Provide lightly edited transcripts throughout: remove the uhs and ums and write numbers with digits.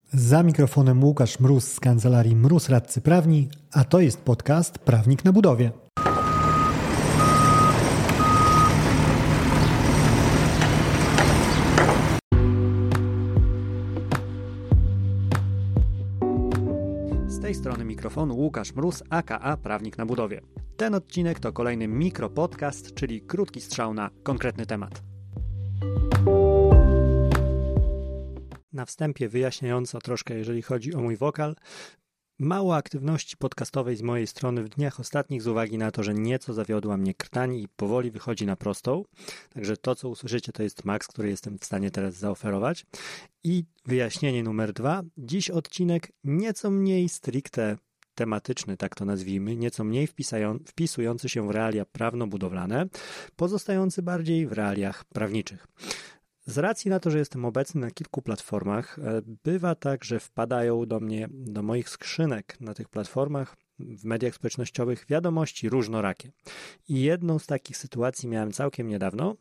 Za mikrofonem Łukasz Mróz z kancelarii Mróz Radcy Prawni, a to jest podcast Prawnik na budowie. Z tej strony mikrofonu Łukasz Mróz, aka Prawnik na budowie. Ten odcinek to kolejny mikropodcast, czyli krótki strzał na konkretny temat. Na wstępie wyjaśniająco troszkę, jeżeli chodzi o mój wokal. Mało aktywności podcastowej z mojej strony w dniach ostatnich z uwagi na to, że nieco zawiodła mnie krtań i powoli wychodzi na prostą. Także to, co usłyszycie, to jest maks, który jestem w stanie teraz zaoferować. I wyjaśnienie numer 2. Dziś odcinek nieco mniej stricte tematyczny, tak to nazwijmy, nieco mniej wpisujący się w realia prawno-budowlane, pozostający bardziej w realiach prawniczych. Z racji na to, że jestem obecny na kilku platformach, bywa tak, że wpadają do mnie, do moich skrzynek na tych platformach, w mediach społecznościowych wiadomości różnorakie. I jedną z takich sytuacji miałem całkiem niedawno,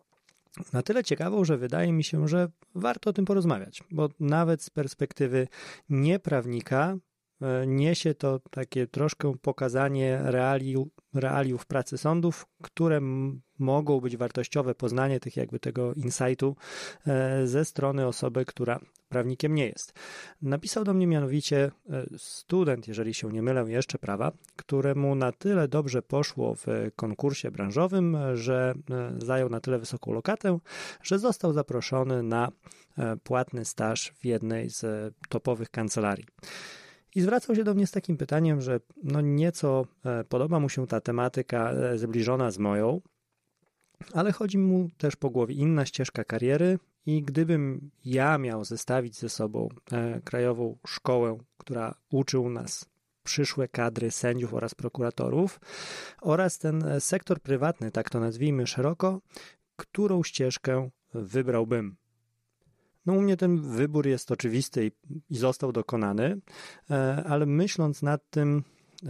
na tyle ciekawą, że wydaje mi się, że warto o tym porozmawiać, bo nawet z perspektywy nieprawnika niesie to takie troszkę pokazanie realiów pracy sądów, które mogą być wartościowe, poznanie tego insightu ze strony osoby, która prawnikiem nie jest. Napisał do mnie mianowicie student, jeżeli się nie mylę, jeszcze prawa, któremu na tyle dobrze poszło w konkursie branżowym, że zajął na tyle wysoką lokatę, że został zaproszony na płatny staż w jednej z topowych kancelarii. I zwracał się do mnie z takim pytaniem, że nieco podoba mu się ta tematyka zbliżona z moją, ale chodzi mu też po głowie inna ścieżka kariery i gdybym ja miał zestawić ze sobą krajową szkołę, która uczył nas przyszłe kadry sędziów oraz prokuratorów oraz ten sektor prywatny, tak to nazwijmy szeroko, którą ścieżkę wybrałbym? U mnie ten wybór jest oczywisty i został dokonany, ale myśląc nad tym,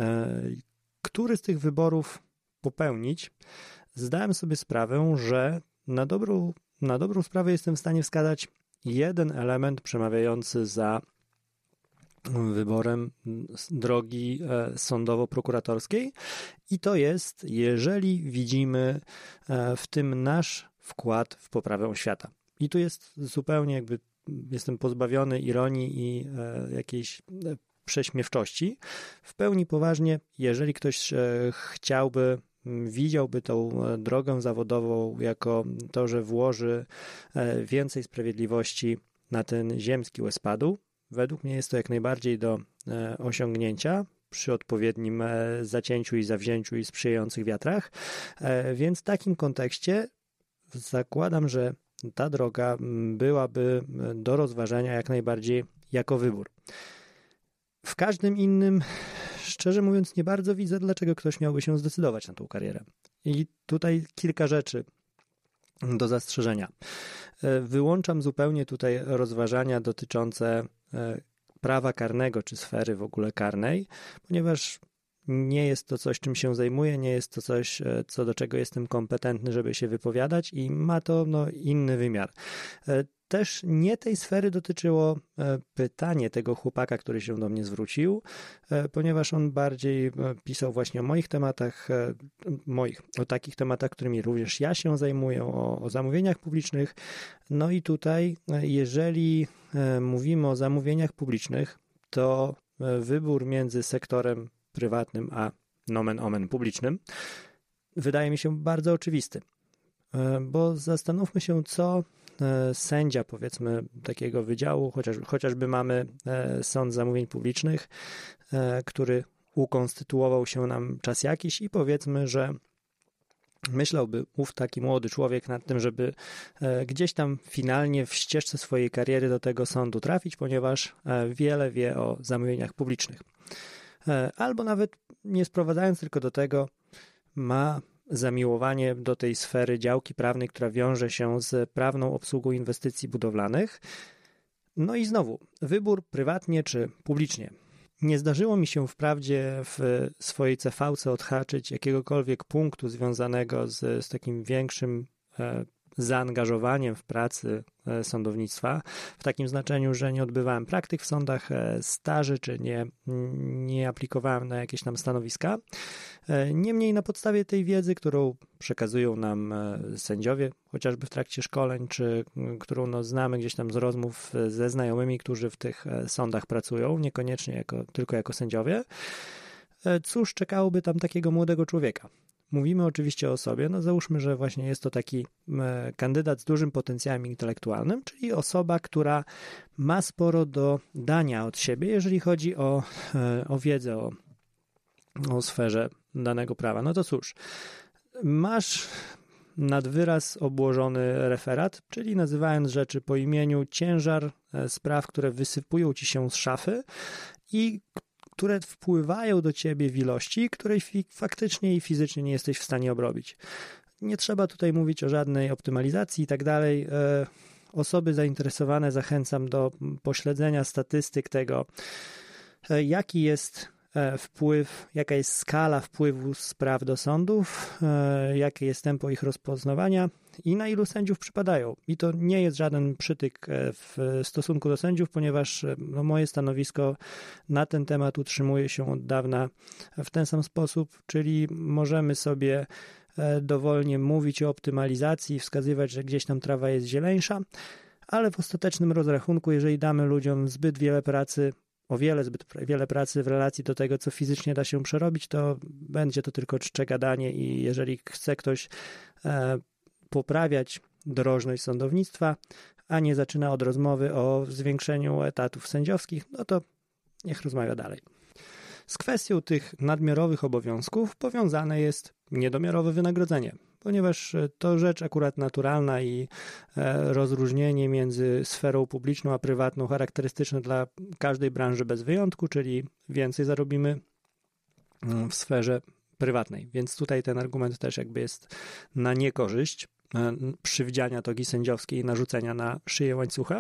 który z tych wyborów popełnić, zdałem sobie sprawę, że na dobrą sprawę jestem w stanie wskazać jeden element przemawiający za wyborem drogi sądowo-prokuratorskiej i to jest, jeżeli widzimy w tym nasz wkład w poprawę świata. I tu jest zupełnie jestem pozbawiony ironii i jakiejś prześmiewczości. W pełni poważnie, jeżeli ktoś widziałby tą drogę zawodową jako to, że włoży więcej sprawiedliwości na ten ziemski łez-padu, według mnie jest to jak najbardziej do osiągnięcia przy odpowiednim zacięciu i zawzięciu i sprzyjających wiatrach. Więc w takim kontekście zakładam, że ta droga byłaby do rozważenia jak najbardziej jako wybór. W każdym innym, szczerze mówiąc, nie bardzo widzę, dlaczego ktoś miałby się zdecydować na tą karierę. I tutaj kilka rzeczy do zastrzeżenia. Wyłączam zupełnie tutaj rozważania dotyczące prawa karnego, czy sfery w ogóle karnej, ponieważ nie jest to coś, czym się zajmuję, nie jest to coś, co do czego jestem kompetentny, żeby się wypowiadać i ma to inny wymiar. Też nie tej sfery dotyczyło pytanie tego chłopaka, który się do mnie zwrócił, ponieważ on bardziej pisał właśnie o moich tematach, o takich tematach, którymi również ja się zajmuję, o zamówieniach publicznych. No i tutaj, jeżeli mówimy o zamówieniach publicznych, to wybór między sektorem prywatnym, a nomen omen publicznym, wydaje mi się bardzo oczywisty. Bo zastanówmy się, co sędzia, powiedzmy, takiego wydziału, chociażby mamy Sąd Zamówień Publicznych, który ukonstytuował się nam czas jakiś i powiedzmy, że myślałby taki młody człowiek nad tym, żeby gdzieś tam finalnie w ścieżce swojej kariery do tego sądu trafić, ponieważ wiele wie o zamówieniach publicznych. Albo nawet nie sprowadzając tylko do tego, ma zamiłowanie do tej sfery działki prawnej, która wiąże się z prawną obsługą inwestycji budowlanych. No i znowu, wybór prywatnie czy publicznie. Nie zdarzyło mi się wprawdzie w swojej CV-ce odhaczyć jakiegokolwiek punktu związanego z takim większym zaangażowaniem w pracy sądownictwa, w takim znaczeniu, że nie odbywałem praktyk w sądach, staży, czy nie aplikowałem na jakieś tam stanowiska. Niemniej na podstawie tej wiedzy, którą przekazują nam sędziowie, chociażby w trakcie szkoleń, czy którą znamy gdzieś tam z rozmów ze znajomymi, którzy w tych sądach pracują, niekoniecznie tylko jako sędziowie, cóż czekałoby tam takiego młodego człowieka? Mówimy oczywiście o sobie, załóżmy, że właśnie jest to taki kandydat z dużym potencjałem intelektualnym, czyli osoba, która ma sporo do dania od siebie, jeżeli chodzi o wiedzę o sferze danego prawa. No to cóż, masz nad wyraz obłożony referat, czyli nazywając rzeczy po imieniu, ciężar spraw, które wysypują ci się z szafy i które wpływają do ciebie w ilości, której faktycznie i fizycznie nie jesteś w stanie obrobić. Nie trzeba tutaj mówić o żadnej optymalizacji i tak dalej. Osoby zainteresowane zachęcam do pośledzenia statystyk tego, jaki jest wpływ, jaka jest skala wpływu spraw do sądów, jakie jest tempo ich rozpoznawania i na ilu sędziów przypadają. I to nie jest żaden przytyk w stosunku do sędziów, ponieważ moje stanowisko na ten temat utrzymuje się od dawna w ten sam sposób, czyli możemy sobie dowolnie mówić o optymalizacji, wskazywać, że gdzieś tam trawa jest zieleńsza, ale w ostatecznym rozrachunku, jeżeli damy ludziom zbyt wiele pracy, zbyt wiele pracy w relacji do tego, co fizycznie da się przerobić, to będzie to tylko czcze gadanie i jeżeli chce ktoś poprawiać drożność sądownictwa, a nie zaczyna od rozmowy o zwiększeniu etatów sędziowskich, no to niech rozmawia dalej. Z kwestią tych nadmiarowych obowiązków powiązane jest niedomiarowe wynagrodzenie, ponieważ to rzecz akurat naturalna i rozróżnienie między sferą publiczną a prywatną charakterystyczne dla każdej branży bez wyjątku, czyli więcej zarobimy w sferze prywatnej. Więc tutaj ten argument też jakby jest na niekorzyść przywdziania togi sędziowskiej i narzucenia na szyję łańcucha.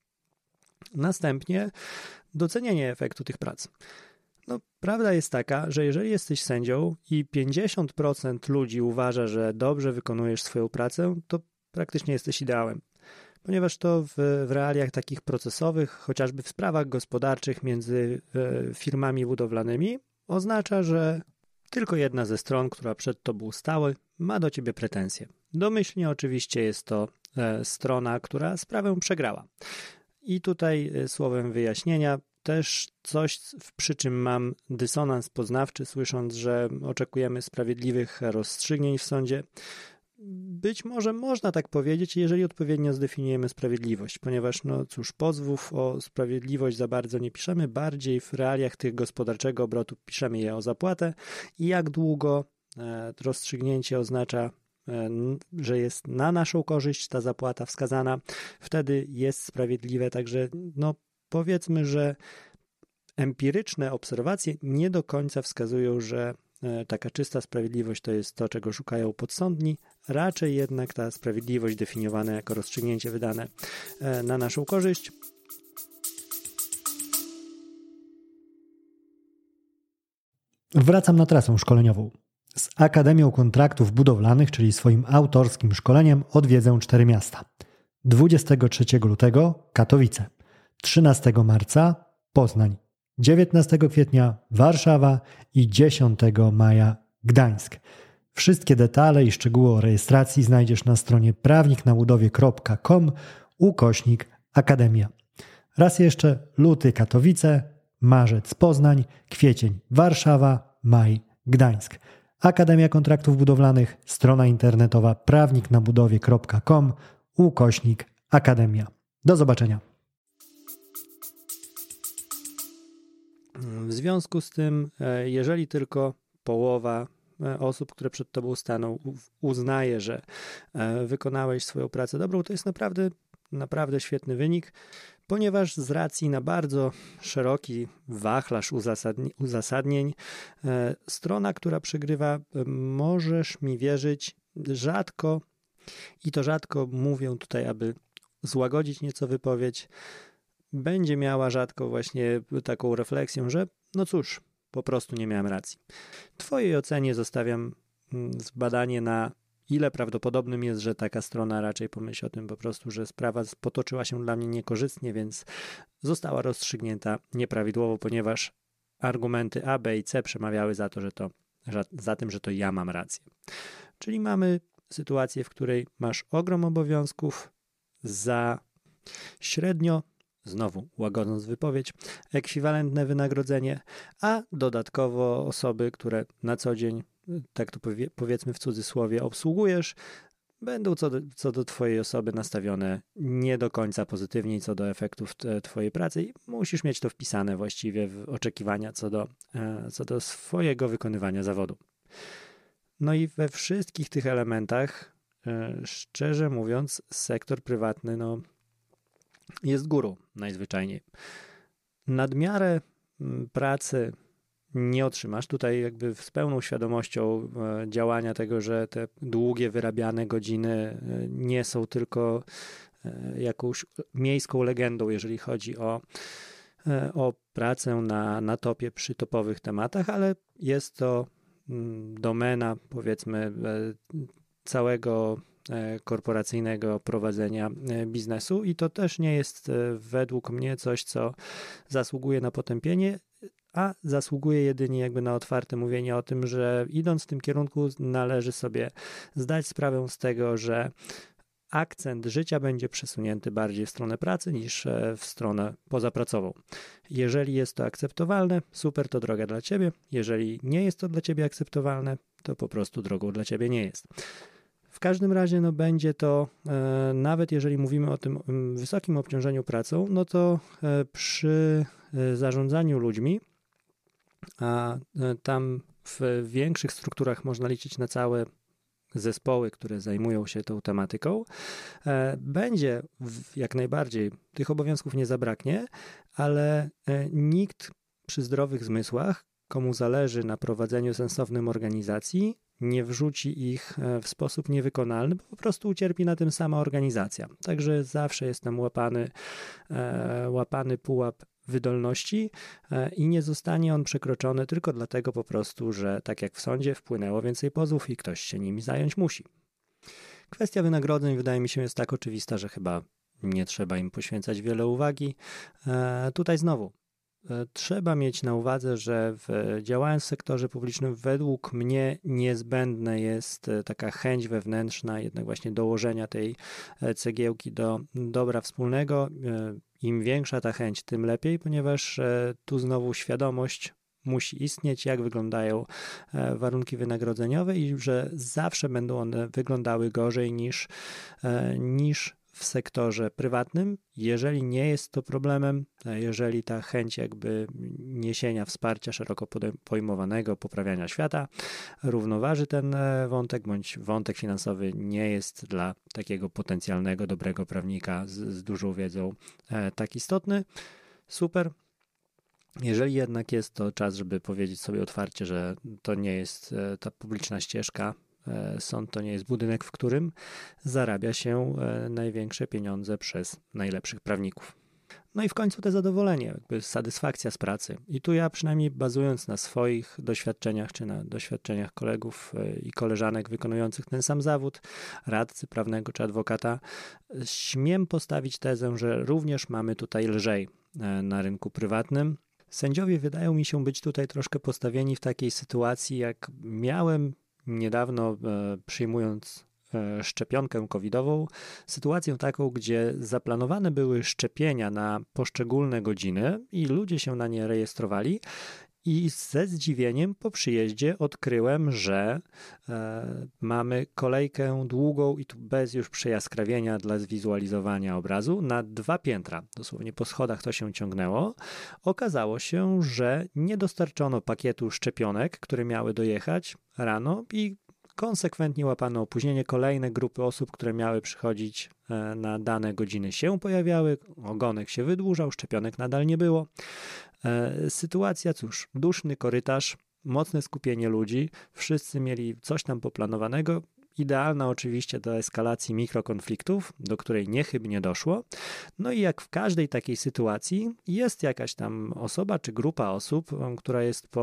Następnie docenienie efektu tych prac. Prawda jest taka, że jeżeli jesteś sędzią i 50% ludzi uważa, że dobrze wykonujesz swoją pracę, to praktycznie jesteś ideałem. Ponieważ to w realiach takich procesowych, chociażby w sprawach gospodarczych między firmami budowlanymi, oznacza, że tylko jedna ze stron, która przed tobą stała, ma do ciebie pretensje. Domyślnie oczywiście jest to strona, która sprawę przegrała. I tutaj słowem wyjaśnienia, też coś, przy czym mam dysonans poznawczy, słysząc, że oczekujemy sprawiedliwych rozstrzygnięć w sądzie. Być może można tak powiedzieć, jeżeli odpowiednio zdefiniujemy sprawiedliwość, ponieważ, pozwów o sprawiedliwość za bardzo nie piszemy, bardziej w realiach tych gospodarczego obrotu piszemy je o zapłatę i jak długo rozstrzygnięcie oznacza, że jest na naszą korzyść ta zapłata wskazana, wtedy jest sprawiedliwe, także powiedzmy, że empiryczne obserwacje nie do końca wskazują, że taka czysta sprawiedliwość to jest to, czego szukają podsądni. Raczej jednak ta sprawiedliwość definiowana jako rozstrzygnięcie wydane na naszą korzyść. Wracam na trasę szkoleniową. Z Akademią Kontraktów Budowlanych, czyli swoim autorskim szkoleniem, odwiedzę 4 miasta. 23 lutego Katowice, 13 marca Poznań, 19 kwietnia Warszawa i 10 maja Gdańsk. Wszystkie detale i szczegóły o rejestracji znajdziesz na stronie prawniknabudowie.com/Akademia. Raz jeszcze luty Katowice, marzec Poznań, kwiecień Warszawa, maj Gdańsk. Akademia Kontraktów Budowlanych, strona internetowa prawniknabudowie.com/Akademia. Do zobaczenia. W związku z tym, jeżeli tylko połowa osób, które przed tobą staną, uznaje, że wykonałeś swoją pracę dobrą, to jest naprawdę świetny wynik, ponieważ z racji na bardzo szeroki wachlarz uzasadnień, strona, która przegrywa, możesz mi wierzyć, rzadko mówię tutaj, aby złagodzić nieco wypowiedź, będzie miała rzadko właśnie taką refleksję, że po prostu nie miałem racji. Twojej ocenie zostawiam zbadanie na ile prawdopodobnym jest, że taka strona raczej pomyśli o tym po prostu, że sprawa potoczyła się dla mnie niekorzystnie, więc została rozstrzygnięta nieprawidłowo, ponieważ argumenty A, B i C przemawiały za tym, że to ja mam rację. Czyli mamy sytuację, w której masz ogrom obowiązków za średnio, znowu łagodząc wypowiedź, ekwiwalentne wynagrodzenie, a dodatkowo osoby, które na co dzień, tak to powiedzmy w cudzysłowie, obsługujesz, będą co do twojej osoby nastawione nie do końca pozytywnie co do efektów twojej pracy i musisz mieć to wpisane właściwie w oczekiwania co do swojego wykonywania zawodu. No i we wszystkich tych elementach, szczerze mówiąc, sektor prywatny jest górą najzwyczajniej. Nadmiarę pracy nie otrzymasz. Tutaj jakby z pełną świadomością działania tego, że te długie wyrabiane godziny nie są tylko jakąś miejską legendą, jeżeli chodzi o pracę na topie przy topowych tematach, ale jest to domena, powiedzmy, całego korporacyjnego prowadzenia biznesu i to też nie jest według mnie coś, co zasługuje na potępienie, a zasługuje jedynie jakby na otwarte mówienie o tym, że idąc w tym kierunku należy sobie zdać sprawę z tego, że akcent życia będzie przesunięty bardziej w stronę pracy niż w stronę pozapracową. Jeżeli jest to akceptowalne, super, to droga dla ciebie. Jeżeli nie jest to dla ciebie akceptowalne, to po prostu drogą dla ciebie nie jest. W każdym razie będzie to, nawet jeżeli mówimy o tym wysokim obciążeniu pracą, no to przy zarządzaniu ludźmi, a tam w większych strukturach można liczyć na całe zespoły, które zajmują się tą tematyką, będzie jak najbardziej, tych obowiązków nie zabraknie, ale nikt przy zdrowych zmysłach, komu zależy na prowadzeniu sensownym organizacji, nie wrzuci ich w sposób niewykonalny, bo po prostu ucierpi na tym sama organizacja. Także zawsze jest tam łapany pułap wydolności i nie zostanie on przekroczony tylko dlatego po prostu, że tak jak w sądzie wpłynęło więcej pozwów i ktoś się nimi zająć musi. Kwestia wynagrodzeń wydaje mi się jest tak oczywista, że chyba nie trzeba im poświęcać wiele uwagi. Tutaj znowu trzeba mieć na uwadze, że działając w sektorze publicznym według mnie niezbędna jest taka chęć wewnętrzna jednak właśnie dołożenia tej cegiełki do dobra wspólnego. Im większa ta chęć, tym lepiej, ponieważ tu znowu świadomość musi istnieć, jak wyglądają warunki wynagrodzeniowe i że zawsze będą one wyglądały gorzej niż w sektorze prywatnym. Jeżeli nie jest to problemem, jeżeli ta chęć jakby niesienia wsparcia szeroko pojmowanego, poprawiania świata równoważy ten wątek, bądź wątek finansowy nie jest dla takiego potencjalnego dobrego prawnika z dużą wiedzą tak istotny, super. Jeżeli jednak jest to czas, żeby powiedzieć sobie otwarcie, że to nie jest ta publiczna ścieżka, sąd to nie jest budynek, w którym zarabia się największe pieniądze przez najlepszych prawników. No i w końcu te zadowolenie, jakby satysfakcja z pracy. I tu ja przynajmniej bazując na swoich doświadczeniach, czy na doświadczeniach kolegów i koleżanek wykonujących ten sam zawód, radcy prawnego czy adwokata, śmiem postawić tezę, że również mamy tutaj lżej na rynku prywatnym. Sędziowie wydają mi się być tutaj troszkę postawieni w takiej sytuacji, jak miałem niedawno przyjmując szczepionkę covidową, sytuację taką, gdzie zaplanowane były szczepienia na poszczególne godziny i ludzie się na nie rejestrowali i ze zdziwieniem po przyjeździe odkryłem, że mamy kolejkę długą i tu bez już przejaskrawienia dla zwizualizowania obrazu na 2 piętra. Dosłownie po schodach to się ciągnęło. Okazało się, że nie dostarczono pakietu szczepionek, które miały dojechać rano i konsekwentnie łapano opóźnienie. Kolejne grupy osób, które miały przychodzić na dane godziny się pojawiały, ogonek się wydłużał, szczepionek nadal nie było. Sytuacja, cóż, duszny korytarz, mocne skupienie ludzi, wszyscy mieli coś tam poplanowanego, idealna oczywiście do eskalacji mikrokonfliktów, do której niechybnie doszło. No i jak w każdej takiej sytuacji jest jakaś tam osoba czy grupa osób, która jest po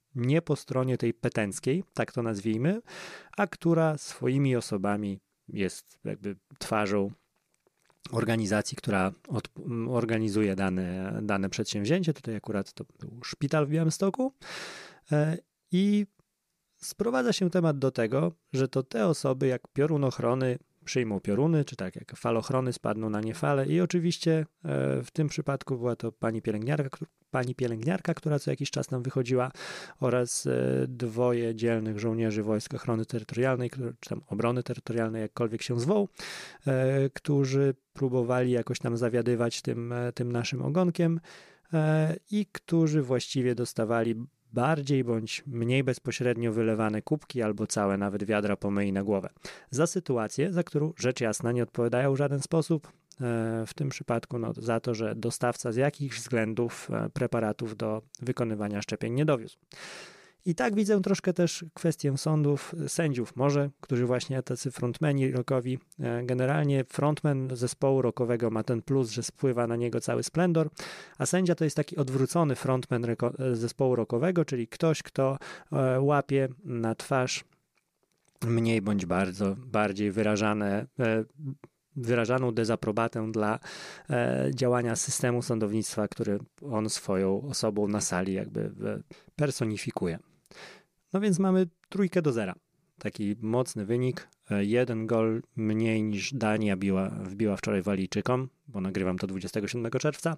nie po stronie tej petenckiej, tak to nazwijmy, a która swoimi osobami jest jakby twarzą organizacji, która organizuje dane przedsięwzięcie. Tutaj akurat to był szpital w Białymstoku. I sprowadza się temat do tego, że to te osoby jak piorunochrony przyjmą pioruny, czy tak jak falochrony spadną na nie fale i oczywiście w tym przypadku była to pani pielęgniarka, która co jakiś czas nam wychodziła oraz dwoje dzielnych żołnierzy Wojsk Ochrony Terytorialnej, czy tam Obrony Terytorialnej, jakkolwiek się zwą, którzy próbowali jakoś tam zawiadywać tym naszym ogonkiem i którzy właściwie dostawali bardziej bądź mniej bezpośrednio wylewane kubki albo całe nawet wiadra pomyj na głowę. Za sytuację, za którą rzecz jasna nie odpowiadają w żaden sposób, w tym przypadku za to, że dostawca z jakichś względów preparatów do wykonywania szczepień nie dowiózł. I tak widzę troszkę też kwestię sędziów może, którzy właśnie tacy frontmeni rockowi. Generalnie frontman zespołu rockowego ma ten plus, że spływa na niego cały splendor, a sędzia to jest taki odwrócony frontman zespołu rockowego, czyli ktoś, kto łapie na twarz mniej bądź bardziej wyrażaną dezaprobatę dla działania systemu sądownictwa, który on swoją osobą na sali jakby personifikuje. No więc mamy 3-0. Taki mocny wynik. 1 gol mniej niż Dania wbiła wczoraj Walijczykom, bo nagrywam to 27 czerwca.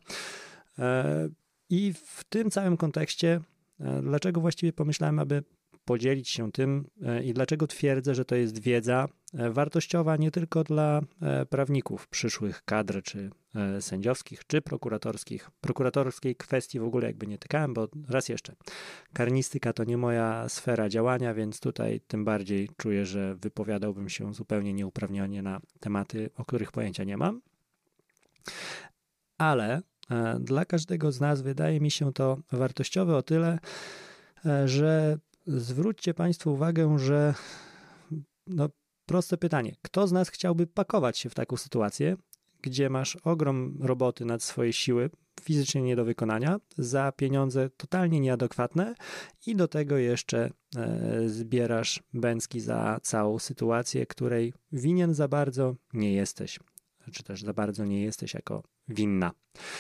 I w tym całym kontekście, dlaczego właściwie pomyślałem, aby podzielić się tym i dlaczego twierdzę, że to jest wiedza wartościowa nie tylko dla prawników, przyszłych kadr, czy sędziowskich, czy prokuratorskich. Prokuratorskiej kwestii w ogóle jakby nie tykałem, bo raz jeszcze, karnistyka to nie moja sfera działania, więc tutaj tym bardziej czuję, że wypowiadałbym się zupełnie nieuprawnienie na tematy, o których pojęcia nie mam. Ale dla każdego z nas wydaje mi się to wartościowe o tyle, że zwróćcie Państwo uwagę, że proste pytanie. Kto z nas chciałby pakować się w taką sytuację, gdzie masz ogrom roboty nad swoje siły fizycznie nie do wykonania za pieniądze totalnie nieadekwatne i do tego jeszcze zbierasz bęcki za całą sytuację, której winien za bardzo nie jesteś, czy też za bardzo nie jesteś jako winna.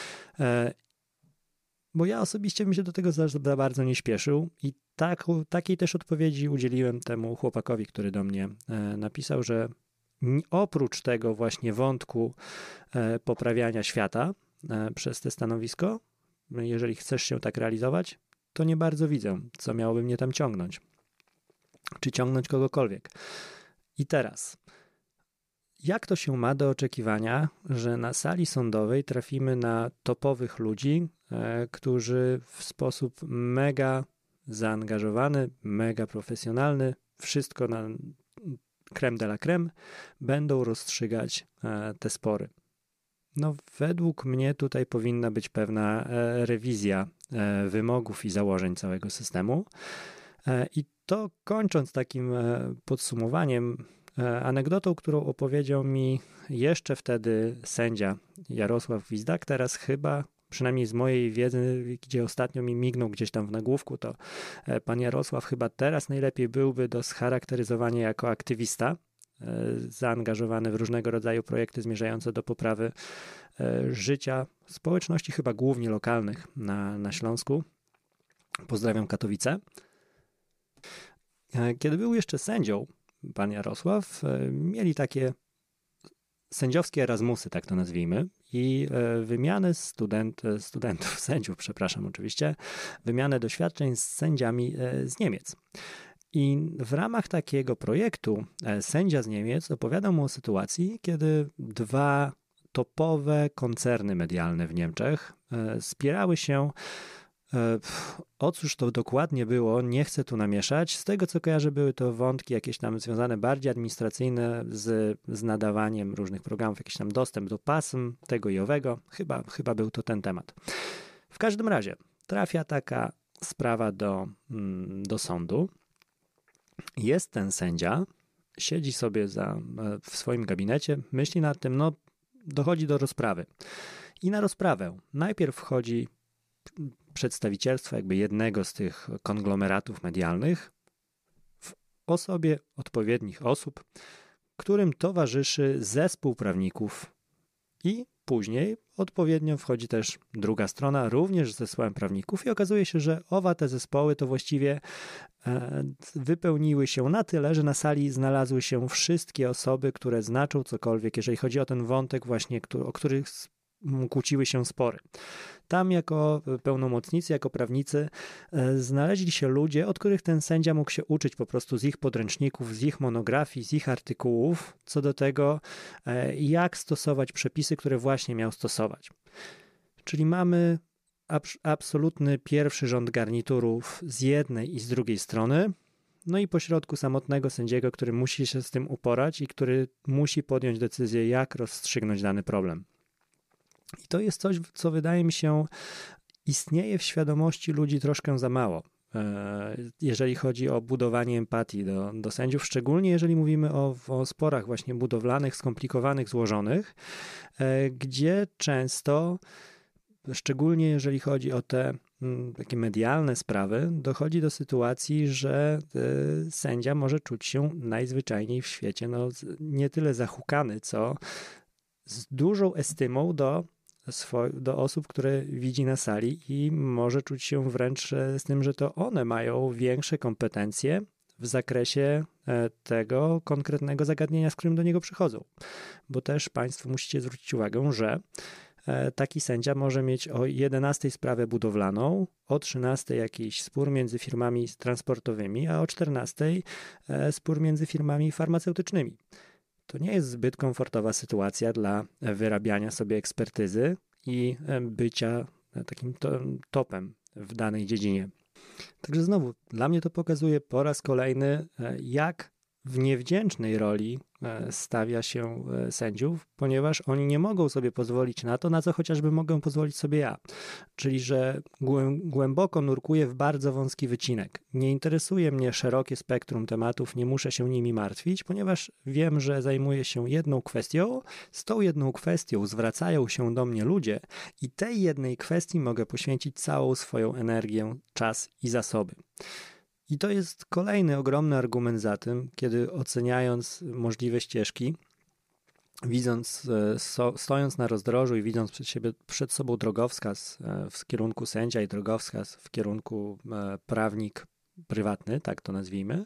Bo ja osobiście bym się do tego za bardzo nie śpieszył i takiej też odpowiedzi udzieliłem temu chłopakowi, który do mnie napisał, że oprócz tego właśnie wątku poprawiania świata przez te stanowisko, jeżeli chcesz się tak realizować, to nie bardzo widzę, co miałoby mnie tam ciągnąć. Czy ciągnąć kogokolwiek. I teraz, jak to się ma do oczekiwania, że na sali sądowej trafimy na topowych ludzi, którzy w sposób mega zaangażowany, mega profesjonalny, wszystko na crème de la crème, będą rozstrzygać te spory. No, według mnie tutaj powinna być pewna rewizja wymogów i założeń całego systemu. I to kończąc takim podsumowaniem, anegdotą, którą opowiedział mi jeszcze wtedy sędzia Jarosław Gwizdak, teraz chyba, przynajmniej z mojej wiedzy, gdzie ostatnio mi mignął gdzieś tam w nagłówku, to pan Jarosław chyba teraz najlepiej byłby do scharakteryzowania jako aktywista, zaangażowany w różnego rodzaju projekty zmierzające do poprawy życia społeczności, chyba głównie lokalnych na Śląsku. Pozdrawiam Katowice. Kiedy był jeszcze sędzią, pan Jarosław, mieli takie sędziowskie Erasmusy, tak to nazwijmy, i wymianę sędziów, przepraszam oczywiście, wymianę doświadczeń z sędziami z Niemiec. I w ramach takiego projektu sędzia z Niemiec opowiadał mu o sytuacji, kiedy 2 topowe koncerny medialne w Niemczech spierały się. O cóż to dokładnie było, nie chcę tu namieszać. Z tego co kojarzę, były to wątki jakieś tam związane bardziej administracyjne z nadawaniem różnych programów, jakiś tam dostęp do pasm, tego i owego. Chyba był to ten temat. W każdym razie trafia taka sprawa do sądu. Jest ten sędzia, siedzi sobie w swoim gabinecie, myśli nad tym, dochodzi do rozprawy. I na rozprawę najpierw wchodzi przedstawicielstwo jakby jednego z tych konglomeratów medialnych w osobie odpowiednich osób, którym towarzyszy zespół prawników i później odpowiednio wchodzi też druga strona, również z zespołem prawników i okazuje się, że te zespoły to właściwie wypełniły się na tyle, że na sali znalazły się wszystkie osoby, które znaczą cokolwiek, jeżeli chodzi o ten wątek właśnie, o których kłóciły się spory. Tam jako pełnomocnicy, jako prawnicy znaleźli się ludzie, od których ten sędzia mógł się uczyć po prostu z ich podręczników, z ich monografii, z ich artykułów, co do tego, jak stosować przepisy, które właśnie miał stosować. Czyli mamy absolutny pierwszy rząd garniturów z jednej i z drugiej strony, no i pośrodku samotnego sędziego, który musi się z tym uporać i który musi podjąć decyzję, jak rozstrzygnąć dany problem. I to jest coś, co wydaje mi się istnieje w świadomości ludzi troszkę za mało, jeżeli chodzi o budowanie empatii do sędziów, szczególnie jeżeli mówimy o sporach właśnie budowlanych, skomplikowanych, złożonych, gdzie często, szczególnie jeżeli chodzi o te takie medialne sprawy, dochodzi do sytuacji, że sędzia może czuć się najzwyczajniej w świecie nie tyle zahukany, co z dużą estymą do osób, które widzi na sali i może czuć się wręcz z tym, że to one mają większe kompetencje w zakresie tego konkretnego zagadnienia, z którym do niego przychodzą. Bo też Państwo musicie zwrócić uwagę, że taki sędzia może mieć o 11 sprawę budowlaną, o 13 jakiś spór między firmami transportowymi, a o 14 spór między firmami farmaceutycznymi. To nie jest zbyt komfortowa sytuacja dla wyrabiania sobie ekspertyzy i bycia takim topem w danej dziedzinie. Także znowu, dla mnie to pokazuje po raz kolejny, jak w niewdzięcznej roli stawia się sędziów, ponieważ oni nie mogą sobie pozwolić na to, na co chociażby mogę pozwolić sobie ja. Czyli, że głęboko nurkuję w bardzo wąski wycinek. Nie interesuje mnie szerokie spektrum tematów, nie muszę się nimi martwić, ponieważ wiem, że zajmuję się jedną kwestią, z tą jedną kwestią zwracają się do mnie ludzie i tej jednej kwestii mogę poświęcić całą swoją energię, czas i zasoby. I to jest kolejny ogromny argument za tym, kiedy oceniając możliwe ścieżki, stojąc na rozdrożu i widząc przed sobą drogowskaz w kierunku sędzia i drogowskaz w kierunku prawnik prywatny, tak to nazwijmy,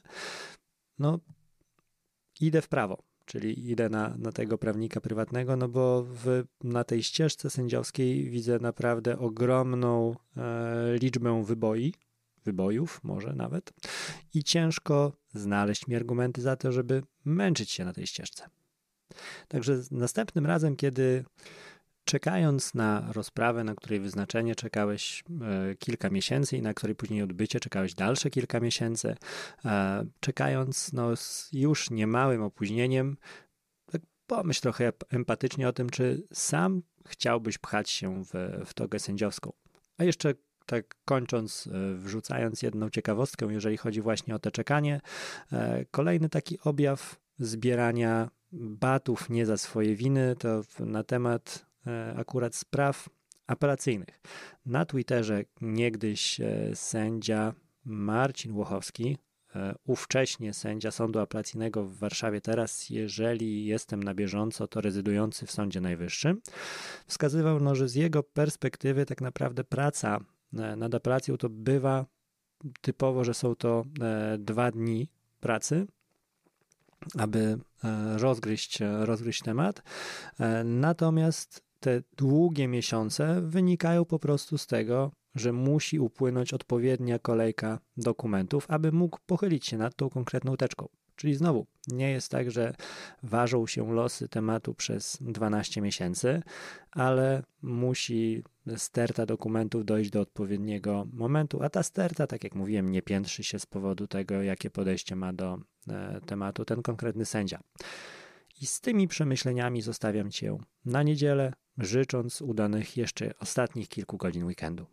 idę w prawo, czyli idę na tego prawnika prywatnego, bo na tej ścieżce sędziowskiej widzę naprawdę ogromną liczbę wybojów może nawet i ciężko znaleźć mi argumenty za to, żeby męczyć się na tej ścieżce. Także następnym razem, kiedy czekając na rozprawę, na której wyznaczenie czekałeś kilka miesięcy i na której później odbycie czekałeś dalsze kilka miesięcy, czekając z już niemałym opóźnieniem, tak pomyśl trochę empatycznie o tym, czy sam chciałbyś pchać się w togę sędziowską. A jeszcze tak kończąc, wrzucając jedną ciekawostkę, jeżeli chodzi właśnie o to czekanie, kolejny taki objaw zbierania batów nie za swoje winy, to na temat akurat spraw apelacyjnych. Na Twitterze niegdyś sędzia Marcin Łochowski, ówcześnie sędzia Sądu Apelacyjnego w Warszawie, teraz jeżeli jestem na bieżąco, to rezydujący w Sądzie Najwyższym, wskazywał, że z jego perspektywy tak naprawdę praca nad apelacją to bywa typowo, że są to 2 dni pracy, aby rozgryźć temat. Natomiast te długie miesiące wynikają po prostu z tego, że musi upłynąć odpowiednia kolejka dokumentów, aby mógł pochylić się nad tą konkretną teczką. Czyli znowu, nie jest tak, że ważą się losy tematu przez 12 miesięcy, ale musi sterta dokumentów dojść do odpowiedniego momentu, a ta sterta, tak jak mówiłem, nie piętrzy się z powodu tego, jakie podejście ma do tematu ten konkretny sędzia. I z tymi przemyśleniami zostawiam Cię na niedzielę, życząc udanych jeszcze ostatnich kilku godzin weekendu.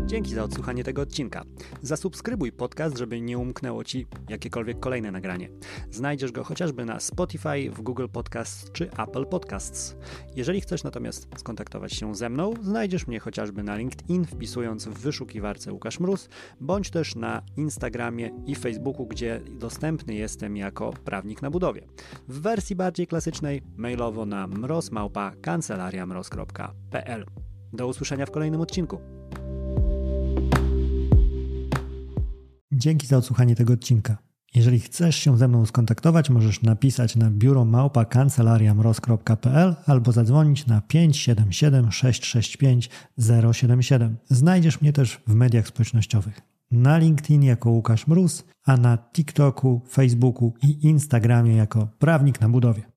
Dzięki za odsłuchanie tego odcinka. Zasubskrybuj podcast, żeby nie umknęło Ci jakiekolwiek kolejne nagranie. Znajdziesz go chociażby na Spotify, w Google Podcasts czy Apple Podcasts. Jeżeli chcesz natomiast skontaktować się ze mną, znajdziesz mnie chociażby na LinkedIn, wpisując w wyszukiwarce Łukasz Mróz, bądź też na Instagramie i Facebooku, gdzie dostępny jestem jako prawnik na budowie. W wersji bardziej klasycznej mailowo na mroz@kancelariamroz.pl. Do usłyszenia w kolejnym odcinku. Dzięki za odsłuchanie tego odcinka. Jeżeli chcesz się ze mną skontaktować, możesz napisać na biuro@kancelariamroz.pl albo zadzwonić na 577 665 077. Znajdziesz mnie też w mediach społecznościowych. Na LinkedIn jako Łukasz Mróz, a na TikToku, Facebooku i Instagramie jako prawnik na budowie.